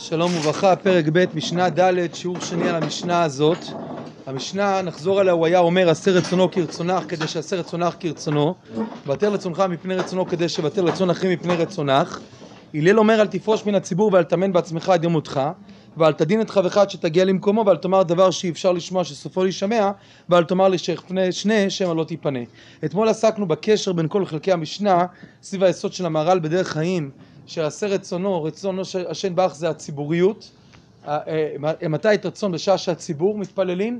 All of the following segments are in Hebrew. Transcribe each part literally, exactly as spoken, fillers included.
שלום וברכה, פרק ב', משנה ד', שיעור שני על המשנה הזאת. המשנה, נחזור עליה, הוא היה אומר, עשה רצונו כרצונך כדי שעשה רצונך כרצונו, בטל רצונך מפני רצונו כדי שבטל רצון אחרים מפני רצונך. הלל אומר, אל תפרוש מן הציבור ואל תאמן בעצמך עד יום מותך, ואל תדין את חברך עד שתגיע למקומו, ואל תאמר דבר שאי אפשר לשמוע שסופו להישמע, ואל תאמר לשכפני שני שמא לא תיפנה. אתמול עסקנו בקשר בין כל חלקי המשנה, סביב היסוד של המהר"ל בדרך חיים, שעשה רצונו, רצונו השם ברך זה הציבוריות. מתי את רצון? בשעה שהציבור מתפללים,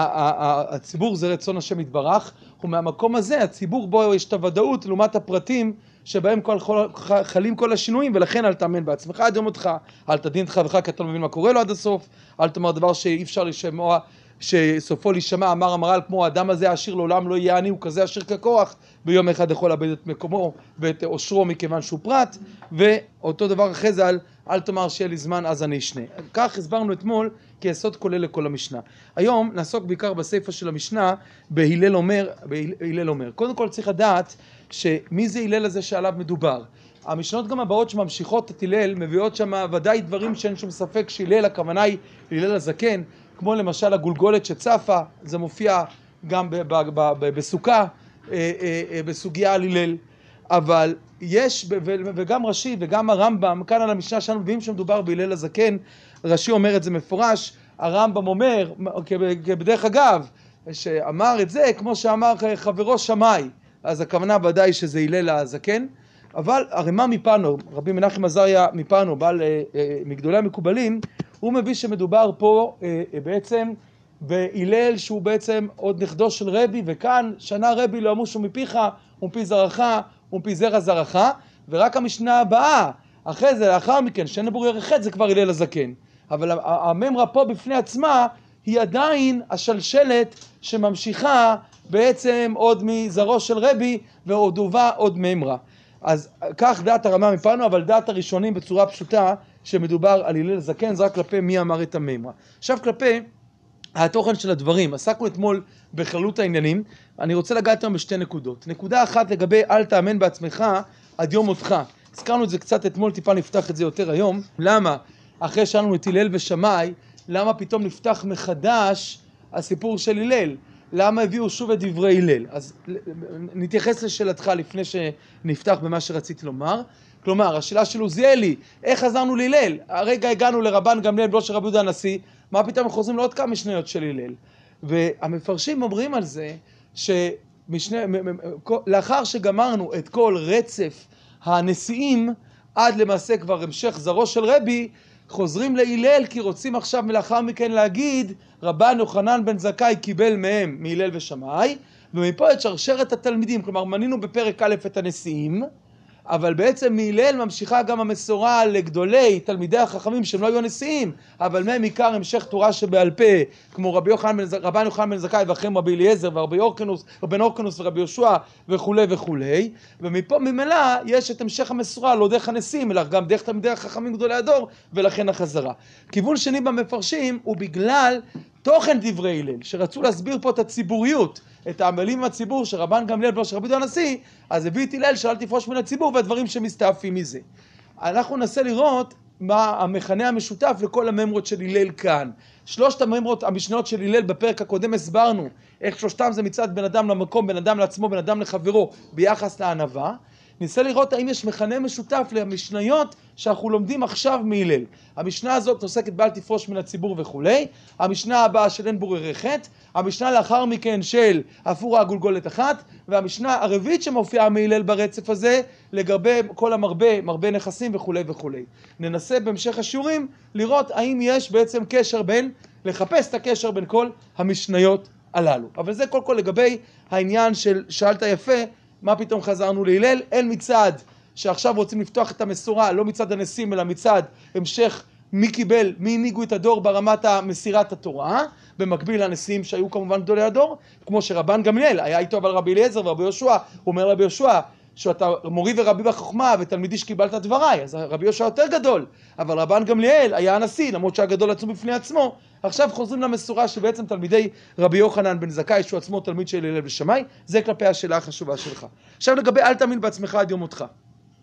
הציבור זה רצון השם יתברך, ומהמקום הזה הציבור בו יש את הוודאות לעומת הפרטים שבהם כל, חלים כל השינויים, ולכן אל תאמן בעצמך עד יום מותך, אל תדין את חברך כי אתה לא מבין מה קורה לו עד הסוף, אל תאמר דבר שאי אפשר לשמוע שסופו להישמע, אמר המהר"ל, כמו האדם הזה העשיר לעולם לא יהיה עני, הוא כזה עשיר ככוח, ביום אחד יכול לאבד את מקומו ואת עושרו מכיוון שהוא פרט. ואותו דבר אחרי זה, אל, אל תאמר שיהיה לי זמן אז אני אשנה. כך הסברנו אתמול כיסוד כולל לכל המשנה. היום נעסוק בעיקר בספר של המשנה בהלל אומר, בהלל אומר. קודם כל צריך לדעת שמי זה הלל הזה שעליו מדובר. המשנות גם הבאות שממשיכות את הלל מביאות שם ודאי דברים שאין שום ספק שהלל הכוונה היא הלל הזקן, כמו למשל הגולגולת שצפה, זה מופיע גם בסוכה, בסוגיה על הלל. אבל יש, וגם רש"י וגם הרמב"ם, כאן על המשנה שלנו מביאים שמדובר בהלל הזקן, רש"י אומר את זה מפורש, הרמב"ם אומר, כבדרך אגב, שאמר את זה כמו שאמר חברו שמאי, אז הכוונה ודאי שזה הלל הזקן. אבל הרמ"א מפנו, רבי מנחם עזריה מפנו, בעל מגדולי המקובלים, הוא מביא שמדובר פה אה, בעצם בהלל שהוא בעצם עוד נכדו של רבי, וכאן שנה רבי לא אמושו מפיך ומפי זרעך ומפי זרע זרעך, ורק המשנה הבאה, אחרי זה, לאחר מכן, שאין בור ירחת, זה כבר הלל הזקן. אבל הממרה פה בפני עצמה היא עדיין השלשלת שממשיכה בעצם עוד מזרעו של רבי ועוד הובא עוד ממרה. אז כך דעת הרמ"א מפנו, אבל דעת הראשונים בצורה פשוטה שמדובר על הלל זקן, זה רק כלפי מי אמר את הממרה. עכשיו כלפי התוכן של הדברים, עסקנו אתמול בכללות העניינים, אני רוצה לגעת היום בשתי נקודות. נקודה אחת לגבי אל תאמן בעצמך עד יום מותך. הזכרנו את זה קצת אתמול, טיפה נפתח את זה יותר היום. למה? אחרי שאלנו את הלל ושמאי, למה פתאום נפתח מחדש הסיפור של הלל? למה הביאו שוב את דברי הלל? אז נתייחס לשאלתך לפני שנפתח במה שרציתי לומר. כלומר, השאלה של עוזיאלי, איך חזרנו להלל? הרגע הגענו לרבן גמליאל בנו של רבי יהודה הנשיא, מה פתאום חוזרים לעוד כמה משניות של הלל? והמפרשים אומרים על זה, שמשנה, לאחר שגמרנו את כל רצף הנשיאים, עד למעשה כבר המשך זרעו של רבי, חוזרים להלל כי רוצים עכשיו מלאחר מכן להגיד רבן יוחנן בן זכאי קיבל מהם מהלל ושמאי, ומפה את שרשרת התלמידים, כלומר מנינו בפרק א' את הנשיאים, אבל בעצם מהלל ממשיכה גם המסורה לגדולי תלמידי החכמים שהם לא היו נשיאים, אבל מהם עיקר המשך תורה שבעל פה, כמו רבי יוחנן, רבן יוחנן בן זכאי ואחריהם רבי אליעזר ורבי אורקנוס, רבן אורקנוס ורבי יהושע וכולי וכולי, ומפה ממילא יש את המשך המסורה לא דרך הנשיאים, אלא גם דרך תלמידי החכמים גדולי הדור, ולכן החזרה. כיוון שני במפרשים הוא בגלל תוכן דברי הלל, שרצו להסביר פה את הציבוריות, את העמלים מהציבור שרבן גמליאל בנו של רבי יהודה הנשיא, אז הביא את הלל שאל תפרוש מן הציבור והדברים שמסתעפים מזה. אנחנו ננסה לראות מה המכנה המשותף לכל הממרות של הלל כאן. שלושת הממרות המשניות של הלל בפרק הקודם הסברנו איך שלושתם זה מצד בן אדם למקום, בן אדם לעצמו, בן אדם לחברו ביחס לענווה. ניסה לראות האם יש מכנה משותף למשניות שאנחנו לומדים עכשיו מהלל. המשנה הזאת עוסקת באל תפרוש מן הציבור וכולי, המשנה הבאה של אין בור ירחת, המשנה לאחר מכן של אפורה הגולגולת אחת, והמשנה הרביעית שמופיעה מהלל ברצף הזה לגבי כל המרבה, מרבה נכסים וכולי וכולי. ננסה בהמשך השיעורים לראות האם יש בעצם קשר בין, לחפש את הקשר בין כל המשניות הללו. אבל זה כל כל לגבי העניין של שאלת יפה, מה פתאום חזרנו להלל? אין מצד שעכשיו רוצים לפתוח את המסורה, לא מצד הנשיאים, אלא מצד המשך מי קיבל, מי הנהיגו את הדור ברמת מסירת התורה, במקביל לנשיאים שהיו כמובן גדולי הדור, כמו שרבן גמליאל היה איתו אבל רבי אליעזר ורבי יהושע, הוא אומר רבי יהושע, שאתה מורי ורבי בחוכמה ותלמידי שקיבלת דבריי, אז רבי יהושע יותר גדול, אבל רבן גמליאל היה הנשיא, למרות שהיה גדול עצום בפני עצמו. עכשיו חוזרים למסורה שבעצם תלמידי רבי יוחנן בן זכאי, שהוא עצמו תלמיד של הלל ושמאי, זה כלפי השאלה החשובה שלך. עכשיו לגבי אל תאמין בעצמך עד יום מותך.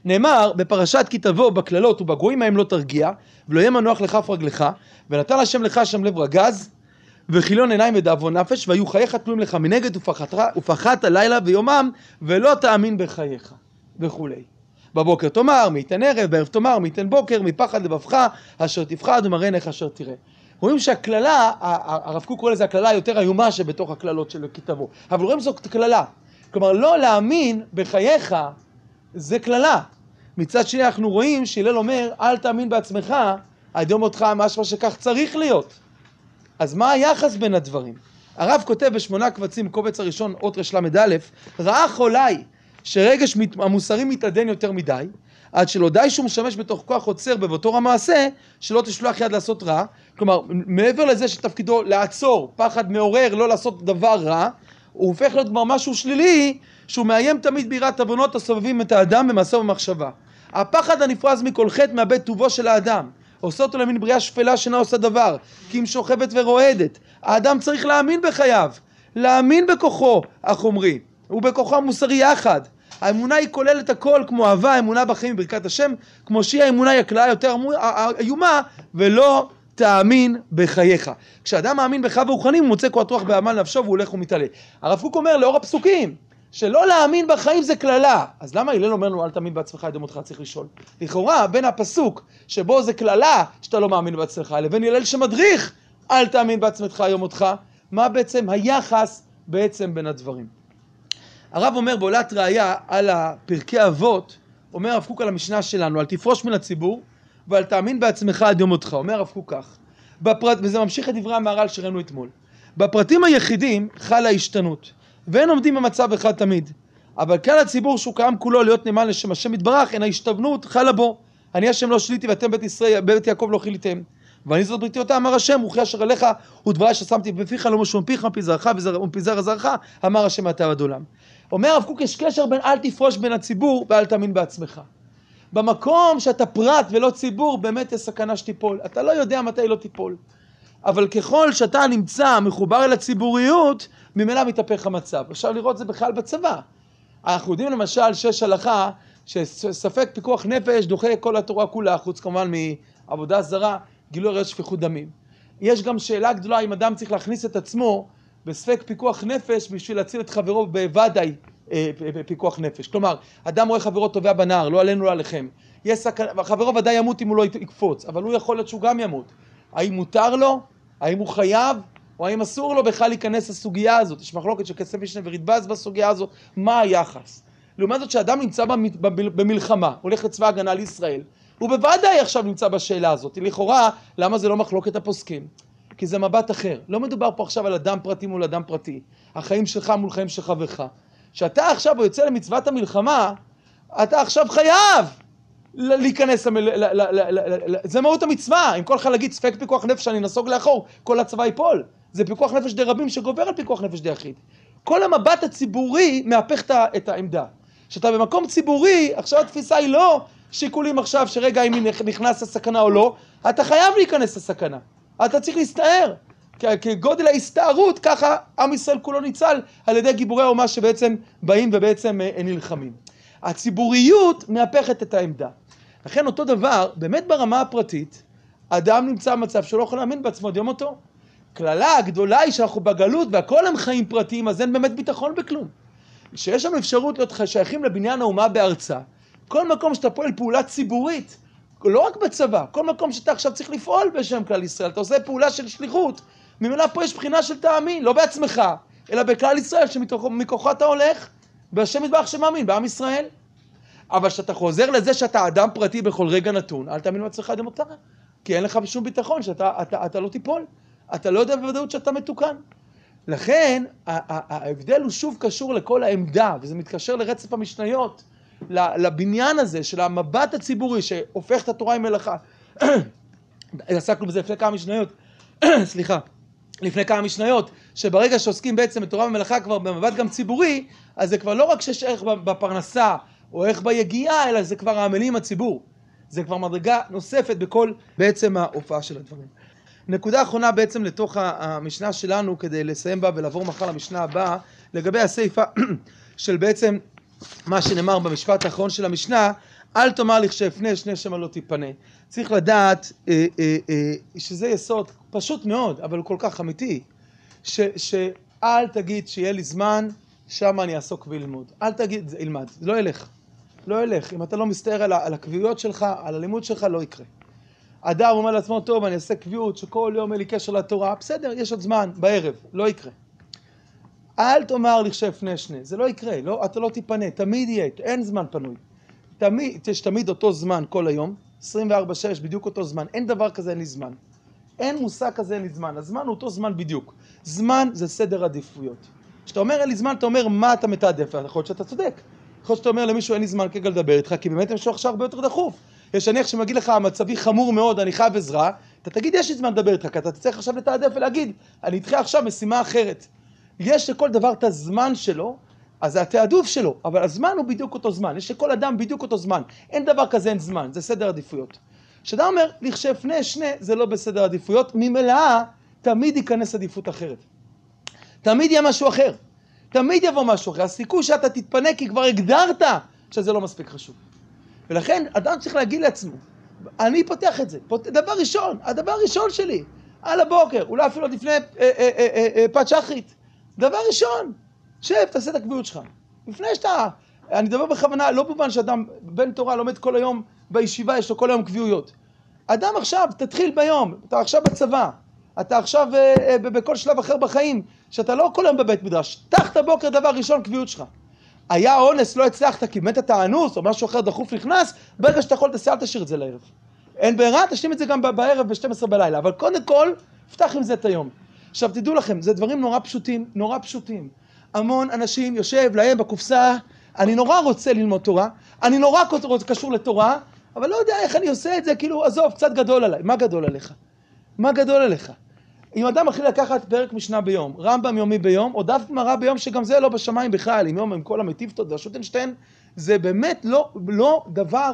נאמר בפרשת כי תבוא בקללות ובגויים ההם לא תרגיע, ולא יהיה מנוח לכף רגלך, ונתן השם לך שם לב רגז, וכיליון עיניים ודאבון נפש, והיו חייך תלויים לך מנגד, ופחת הלילה ויומם, ולא תאמין בחייך, וכולי. בבוקר תאמר, מי ייתן ערב, בערב תאמר, מי ייתן בוקר, מפחד לבבך, אשר תפחד ומראה עיניך אשר תראה. רואים שהכללה, הרב קוק קורא לזה הכללה היותר איומה שבתוך הכללות של כי תבוא. אבל רואים זאת כללה. כלומר, לא להאמין בחייך, זה כללה. מצד שני אנחנו רואים שהלל אומר, אל תאמין בעצמך, עד יום אותך משהו שכך צריך להיות. אז מה היחס בין הדברים? הרב כותב בשמונה קבצים, קובץ הראשון, אות רשלמד א', ראה חולי שרגש המוסרי מתעדן יותר מדי, עד שלא די שהוא משמש בתוך כוח עוצר בבתור המעשה, שלא תשלוח יד לעשות רע. כלומר, מעבר לזה שתפקידו לעצור, פחד מעורר, לא לעשות דבר רע, הוא הופך להיות כבר משהו שלילי, שהוא מאיים תמיד ביראת עוונות הסובבים את האדם במעשה ובמחשבה. הפחד הנפרז מכל חטא מאבד טובו של האדם, עושה אותו למין בריאה שפלה שאינה עושה דבר, כי אם שוכבת ורועדת. האדם צריך להאמין בחייו, להאמין בכוחו החומרי, ובכוחו המוסרי יחד. האמונה היא כוללת הכל, כמו אהבה, האמונה בחיים בברכת השם, כמו שהיא האמונה היא הכללה יותר איומה, ולא תאמין בחייך. כשאדם מאמין בחייו ורוחניים, הוא מוצא כוח רוח בעמל נפשו והוא הולך ומתעלה. הרב קוק אומר לאור הפסוקים, שלא להאמין בחיים זה כללה. אז למה הלל אומר לנו אל תאמין בעצמך, עד יום אותך? צריך לשאול. לכאורה בין הפסוק שבו זה כללה שאתה לא מאמין בעצמך, לבין הלל שמדריך אל תאמין בעצמך יום אותך, מה בעצם היחס בעצם בין הדברים? הרב אומר בעולת ראיה על הפרקי אבות, אומר הרב קוק על המשנה שלנו, אל תפרוש מן הציבור ואל תאמין בעצמך עד יום אותך. אומר הרב קוק כך, בפרט, וזה ממשיך את דברי המהר"ל שראינו אתמול, בפרטים היחידים חלה השתנות ואין עומדים במצב אחד תמיד, אבל כלל הציבור שהוא קיים כולו להיות נאמן לשם השם יתברך, אין ההשתוונות חלה בו. אני השם לא שליתי ואתם בית ישראל, בית יעקב לא חיליתם, ואני זאת בריתי אותה, אמר השם, רוחי אשר עליך ודברי ששמתי בפיך לא משום פיך מפי זרעך ומפי זרע זרעך, אמר השם מעתה ועד עולם. אומר הרב קוק, יש קשר בין אל תפרוש בין הציבור ואל תאמין בעצמך. במקום שאתה פרט ולא ציבור, באמת יש סכנה שתיפול. אתה לא יודע מתי לא תיפול. אבל ככל שאתה נמצא מחובר אל הציבוריות, ממילא מתהפך המצב. אפשר לראות זה בכלל בצבא. אנחנו יודעים למשל שיש הלכה שספק פיקוח נפש דוחה כל התורה כולה, חוץ כמובן מעבודה זרה, גילוי עריות שפיכות דמים. יש גם שאלה גדולה אם אדם צריך להכניס את עצמו בספק פיקוח נפש בשביל להציל את חברו בוודאי פיקוח נפש. כלומר, אדם רואה חברו טובע בנהר, לא עלינו לא עליכם. יש סכנה, חברו ודאי ימות אם הוא לא יקפוץ, אבל הוא יכול להיות שהוא גם ימות. האם מותר לו? האם הוא חייב? או האם אסור לו בכלל להיכנס לסוגיה הזאת? יש מחלוקת של כסף משנה ורדב"ז בסוגיה הזאת. מה היחס? לעומת זאת שאדם נמצא במלחמה, הולך לצבא הגנה לישראל, הוא בוודאי עכשיו נמצא בשאלה הזאת. לכאורה, למה זה לא מחלוקת הפוסקים? כי זה מבט אחר. לא מדובר פה עכשיו על אדם פרטי מול אדם פרטי. החיים שלך מול חיים של חברך. שאתה עכשיו יוצא למצוות המלחמה, אתה עכשיו חייב להיכנס, זה מהות המצווה. אם כל אחד להגיד ספק פיקוח נפש אני נסוג לאחור, כל הצבא ייפול. זה פיקוח נפש די רבים שגובר על פיקוח נפש די יחיד. כל המבט הציבורי מהפך את העמדה. שאתה במקום ציבורי, עכשיו התפיסה היא לא שיקולים עכשיו שרגע אם נכנס לסכנה או לא, אתה חייב להיכנס לסכנה. אתה צריך להסתער. כגודל ההסתערות, ככה עם ישראל כולו ניצל על ידי גיבורי האומה שבעצם באים ובעצם נלחמים. הציבוריות מהפכת את העמדה. לכן אותו דבר, באמת ברמה הפרטית, אדם נמצא במצב שלא יכול להאמין בעצמו עד יום אותו. כללה הגדולה היא שאנחנו בגלות והכל הם חיים פרטיים, אז אין באמת ביטחון בכלום. שיש לנו אפשרות להיות שייכים לבניין האומה בארצה, כל מקום שאתה פועל פעולה ציבורית, לא רק בצבא, כל מקום שאתה עכשיו צריך לפעול בשם כלל ישראל, אתה עושה פעולה של שליחות, ממילא פה יש בחינה של תאמין, לא בעצמך, אלא בכלל ישראל שמכוחה אתה הולך, בהשם יתברך שמאמין, בעם ישראל. אבל שאתה חוזר לזה שאתה אדם פרטי בכל רגע נתון, אל תאמין בעצמך עד יום אותך, כי אין לך שום ביטחון שאתה אתה, אתה לא תיפול, אתה לא יודע בוודאות שאתה מתוקן. לכן ההבדל הוא שוב קשור לכל העמדה, וזה מתקשר לרצף המשניות, לבניין הזה של המבט הציבורי שהופך את התורה עם מלאכה. עסקנו בזה לפני כמה משניות, סליחה, לפני כמה משניות, שברגע שעוסקים בעצם בתורה ומלאכה כבר במבט גם ציבורי, אז זה כבר לא רק שיש ערך בפרנסה או ערך ביגיעה, אלא זה כבר העמלים הציבור. זה כבר מדרגה נוספת בכל בעצם ההופעה של הדברים. נקודה אחרונה בעצם לתוך המשנה שלנו כדי לסיים בה ולעבור מחר למשנה הבאה, לגבי הסיפה של בעצם מה שנאמר במשפט האחרון של המשנה, אל תאמר לכשאפנה שני שמא לא תיפנה. צריך לדעת אה, אה, אה, שזה יסוד פשוט מאוד, אבל הוא כל כך אמיתי, ש, שאל תגיד שיהיה לי זמן, שם אני אעסוק וילמוד. אל תגיד, ילמד, זה לא ילך. לא ילך. אם אתה לא מסתער על, על הקביעות שלך, על הלימוד שלך, לא יקרה. אדם אומר לעצמו, טוב, אני אעשה קביעות שכל יום אין לי קשר לתורה, בסדר, יש עוד זמן, בערב, לא יקרה. אל תאמר לכשאפנה שני, זה לא יקרה, לא, אתה לא תיפנה, תמיד יהיה, אין זמן פנוי. תמיד, יש תמיד אותו זמן כל היום, עשרים וארבע שש, בדיוק אותו זמן, אין דבר כזה, אין לי זמן. אין מושג כזה, אין לי זמן, הזמן הוא אותו זמן בדיוק. זמן זה סדר עדיפויות. כשאתה אומר אין לי זמן, אתה אומר מה אתה מתעדף, יכול להיות שאתה צודק. יכול להיות שאתה אומר למישהו אין לי זמן כרגע לדבר איתך, כי באמת יש עכשיו הרבה יותר דחוף. יש אני עכשיו מגיד לך, המצבי חמור מאוד, אני חייב עזרה, אתה תגיד יש לי זמן לדבר איתך, כי אתה צריך עכשיו לתעדף ולהגיד, אני אתחיל עכשיו משימה אחרת. יש לכל דבר את הזמן שלו, אז זה התעדוף שלו, אבל הזמן הוא בדיוק אותו זמן, יש לכל אדם בדיוק אותו זמן, אין דבר כזה אין זמן, זה סדר עדיפויות. כשאתה אומר, לכשאפנה שני, זה לא בסדר עדיפויות, ממילא תמיד ייכנס עדיפות אחרת. תמיד יהיה משהו אחר, תמיד יבוא משהו אחר, הסיכוי שאתה תתפנה כי כבר הגדרת שזה לא מספיק חשוב. ולכן אדם צריך להגיד לעצמו, אני פותח את זה, פות... דבר ראשון, הדבר הראשון שלי, על הבוקר, אולי אפילו לפני אה, אה, אה, אה, אה, פת שחרית, דבר ראשון, שב, תעשה את הקביעות שלך. לפני שאתה, אני מדבר בכוונה, לא במובן שאדם בן תורה לומד כל היום בישיבה, יש לו כל היום קביעויות. אדם עכשיו, תתחיל ביום, אתה עכשיו בצבא, אתה עכשיו אה, אה, בכל שלב אחר בחיים, שאתה לא כל היום בבית מדרש, תח את הבוקר דבר ראשון קביעות שלך. היה אונס, לא הצלחת, כי באמת אתה אנוס, או משהו אחר דחוף נכנס, ברגע שאתה יכול תעשה, אל תשאיר את זה לערב. אין בעירה, תשלים את זה גם בערב ב-שתים עשרה בלילה, אבל קודם כל, פתח עם זה את היום. עכשיו תדעו לכם, זה דברים נורא פשוטים, נורא פשוטים. המון אנשים יושב להם בקופסה, אני נורא רוצה ללמוד תורה, אני נורא קשור לתורה, אבל לא יודע איך אני עושה את זה, כאילו, עזוב, קצת גדול עליי. מה גדול עליך? מה גדול עליך? אם אדם מתחיל לקחת פרק משנה ביום, רמב"ם יומי ביום, או דף גמרא ביום, שגם זה לא בשמיים בכלל, עם יום עם כל המטיפתות והשוטנשטיין, זה באמת לא, לא דבר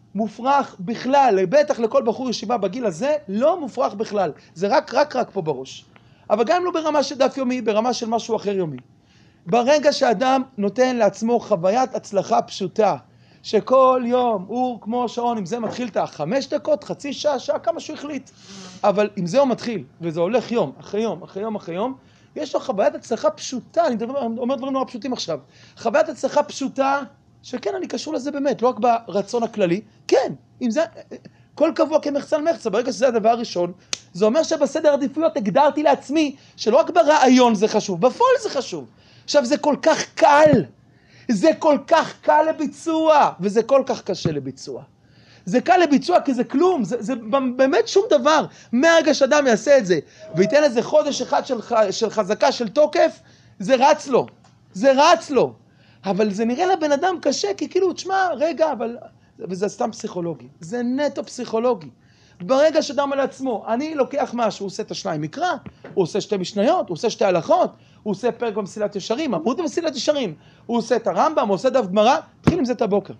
מופרך בכלל, בטח לכל בחור ישיבה בגיל הזה, לא מופרך בכלל, זה רק רק רק פה בראש. אבל גם לא ברמה של דף יומי, ברמה של משהו אחר יומי. ברגע שאדם נותן לעצמו חוויית הצלחה פשוטה, שכל יום הוא כמו שעון, אם זה מתחיל את החמש דקות, חצי שעה, שעה, כמה שהוא החליט. אבל אם זה הוא מתחיל, וזה הולך יום, אחרי יום, אחרי יום, אחרי יום, יש לו חוויית הצלחה פשוטה, אני דבר, אומר דברים נורא פשוטים עכשיו. חוויית הצלחה פשוטה, שכן, אני קשור לזה באמת, לא רק ברצון הכללי, כן, אם זה, כל קבוע כמחצה על מחצה, ברגע שזה הדבר הראשון, זה אומר שבסדר עדיפויות הגדרתי לעצמי, שלא רק ברעיון זה חשוב, בפועל זה חשוב. עכשיו, זה כל כך קל, זה כל כך קל לביצוע, וזה כל כך קשה לביצוע. זה קל לביצוע כי זה כלום, זה, זה באמת שום דבר. מהרגע שאדם יעשה את זה, וייתן איזה חודש אחד של, של חזקה של תוקף, זה רץ לו, זה רץ לו. אבל זה נראה לבן אדם קשה, כי כאילו, תשמע, רגע, אבל... וזה סתם פסיכולוגי, זה נטו פסיכולוגי. ברגע שאדם על עצמו, אני לוקח משהו, הוא עושה את השניים מקרא, הוא עושה שתי משניות, הוא עושה שתי הלכות, הוא עושה פרק במסילת ישרים, עמוד במסילת ישרים, הוא עושה את הרמב"ם, הוא עושה דף גמרא, תתחיל עם זה את הבוקר.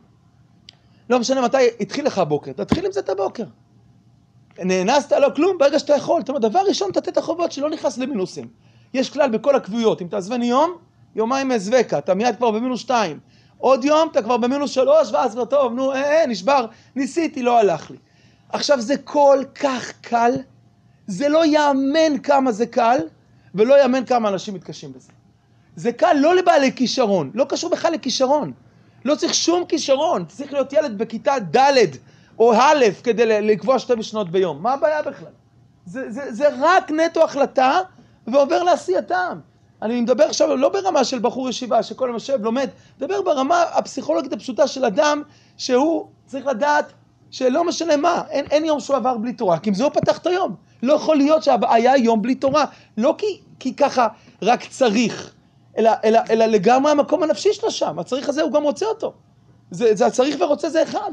לא משנה מתי התחיל לך הבוקר, תתחיל עם זה את הבוקר. נאנסת לא כלום, ברגע שאתה יכול, זאת אומרת, דבר ראשון, תתת את החובות שלא נכנס למינוסים. יש כלל בכל הקביעות, אם תעזבני יום, יומיים מעזבקה, אתה מיד כבר במינוס שתיים. עוד יום אתה כבר במינוס שלוש, ואז כבר טוב, נו, אה, אה, נשבר, ניסיתי, לא הלך לי. עכשיו זה כל כך קל, זה לא יאמן כמה זה קל, ולא יאמן כמה אנשים מתקשים בזה. זה קל לא לבעלי כישרון, לא קשור בכלל לכישרון. לא צריך שום כישרון, צריך להיות ילד בכיתה ד' או א' כדי לקבוע שתי משנות ביום. מה הבעיה בכלל? זה, זה, זה רק נטו החלטה ועובר לעשייתם. אני מדבר עכשיו לא ברמה של בחור ישיבה שכל המשב לומד, מדבר ברמה הפסיכולוגית הפשוטה של אדם שהוא צריך לדעת שלא משנה מה, אין, אין יום שהוא עבר בלי תורה, כי אם זה הוא פתח את היום. לא יכול להיות שהיה יום בלי תורה, לא כי, כי ככה רק צריך, אלא, אלא, אלא לגמרי המקום הנפשי שלו שם, הצריך הזה הוא גם רוצה אותו. זה, זה הצריך ורוצה זה אחד.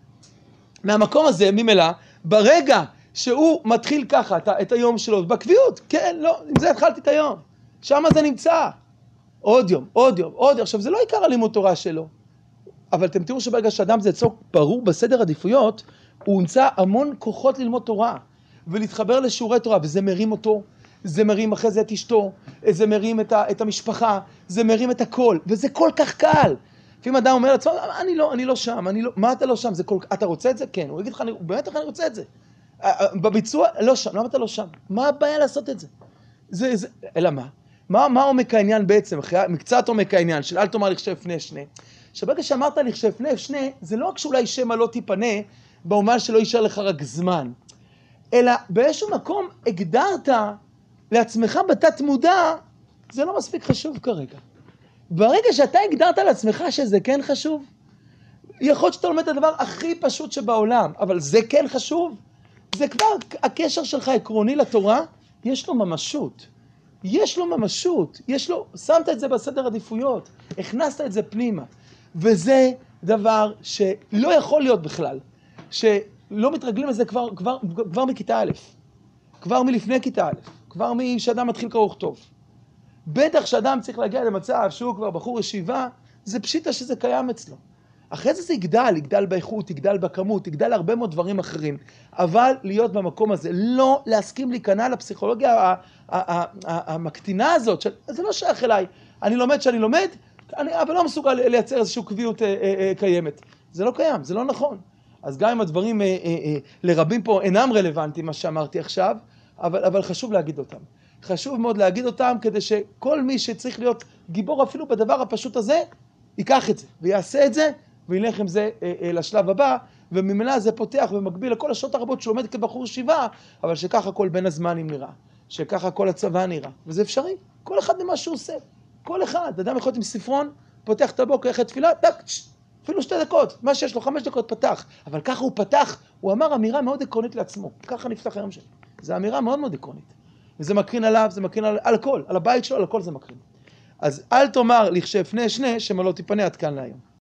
מהמקום הזה, ממילא, ברגע שהוא מתחיל ככה את, את היום שלו, בקביעות, כן, לא, עם זה התחלתי את היום. שם זה נמצא. עוד יום, עוד יום, עוד יום. עכשיו, זה לא עיקר הלימוד תורה שלו. אבל אתם תראו שברגע שאדם זה צוק ברור בסדר עדיפויות, הוא נמצא המון כוחות ללמוד תורה, ולהתחבר לשיעורי תורה, וזה מרים אותו, זה מרים אחרי זה את אשתו, זה מרים את, ה, את המשפחה, זה מרים את הכל, וזה כל כך קל. לפעמים אדם אומר לעצמו, אני לא, אני לא שם, אני לא, מה אתה לא שם? זה כל, אתה רוצה את זה? כן. הוא יגיד לך, אני, באמת אני רוצה את זה. בביצוע, לא שם, למה אתה לא שם? מה הבעיה לעשות את זה? זה, זה, אלא מה? מה, מה עומק העניין בעצם? מקצת עומק העניין של אל תאמר לכשף פני שני. שברגע שאמרת לכשף פני שני, זה לא רק שאולי שמא לא תיפנה, באומן שלא יישאר לך רק זמן, אלא באיזשהו מקום הגדרת לעצמך בתת מודע, זה לא מספיק חשוב כרגע. ברגע שאתה הגדרת לעצמך שזה כן חשוב, יכול להיות שאתה לומד את הדבר הכי פשוט שבעולם, אבל זה כן חשוב, זה כבר הקשר שלך עקרוני לתורה, יש לו ממשות. יש לו ממשות, יש לו, שמת את זה בסדר עדיפויות, הכנסת את זה פנימה. וזה דבר שלא יכול להיות בכלל, שלא מתרגלים לזה כבר, כבר, כבר מכיתה א', כבר מלפני כיתה א', כבר משאדם מתחיל קרוא וכתוב. בטח שאדם צריך להגיע למצב שהוא כבר בחור ישיבה, זה פשיטה שזה קיים אצלו. אחרי זה זה יגדל, יגדל באיכות, יגדל בכמות, יגדל הרבה מאוד דברים אחרים. אבל להיות במקום הזה, לא להסכים להיכנע לפסיכולוגיה המקטינה הזאת, זה לא שייך אליי. אני לומד שאני לומד, אני, אבל לא מסוגל לייצר איזושהי קביעות אה, אה, קיימת. זה לא קיים, זה לא נכון. אז גם אם הדברים אה, אה, אה, לרבים פה אינם רלוונטיים, מה שאמרתי עכשיו, אבל, אבל חשוב להגיד אותם. חשוב מאוד להגיד אותם כדי שכל מי שצריך להיות גיבור אפילו בדבר הפשוט הזה, ייקח את זה ויעשה את זה וילך עם זה אה, אה, לשלב הבא, וממילא זה פותח ומקביל לכל השעות הרבות שלומד כבחור ישיבה, אבל שככה כל בין הזמנים נראה, שככה כל הצבא נראה, וזה אפשרי, כל אחד ממה שהוא עושה, כל אחד, אדם יכול להיות עם ספרון, פותח את הבוקר, אחרי תפילה, טק, אפילו שתי דקות, מה שיש לו חמש דקות פתח, אבל ככה הוא פתח, הוא אמר אמירה מאוד עקרונית לעצמו, ככה נפתח היום שלי, זו אמירה מאוד מאוד עקרונית, וזה מקרין עליו, זה מקרין על, על הכל, על הבית שלו, על הכל זה מקרין. אז אל תאמר לכשף פני שני, שמא לא תיפנה עד כאן להיום.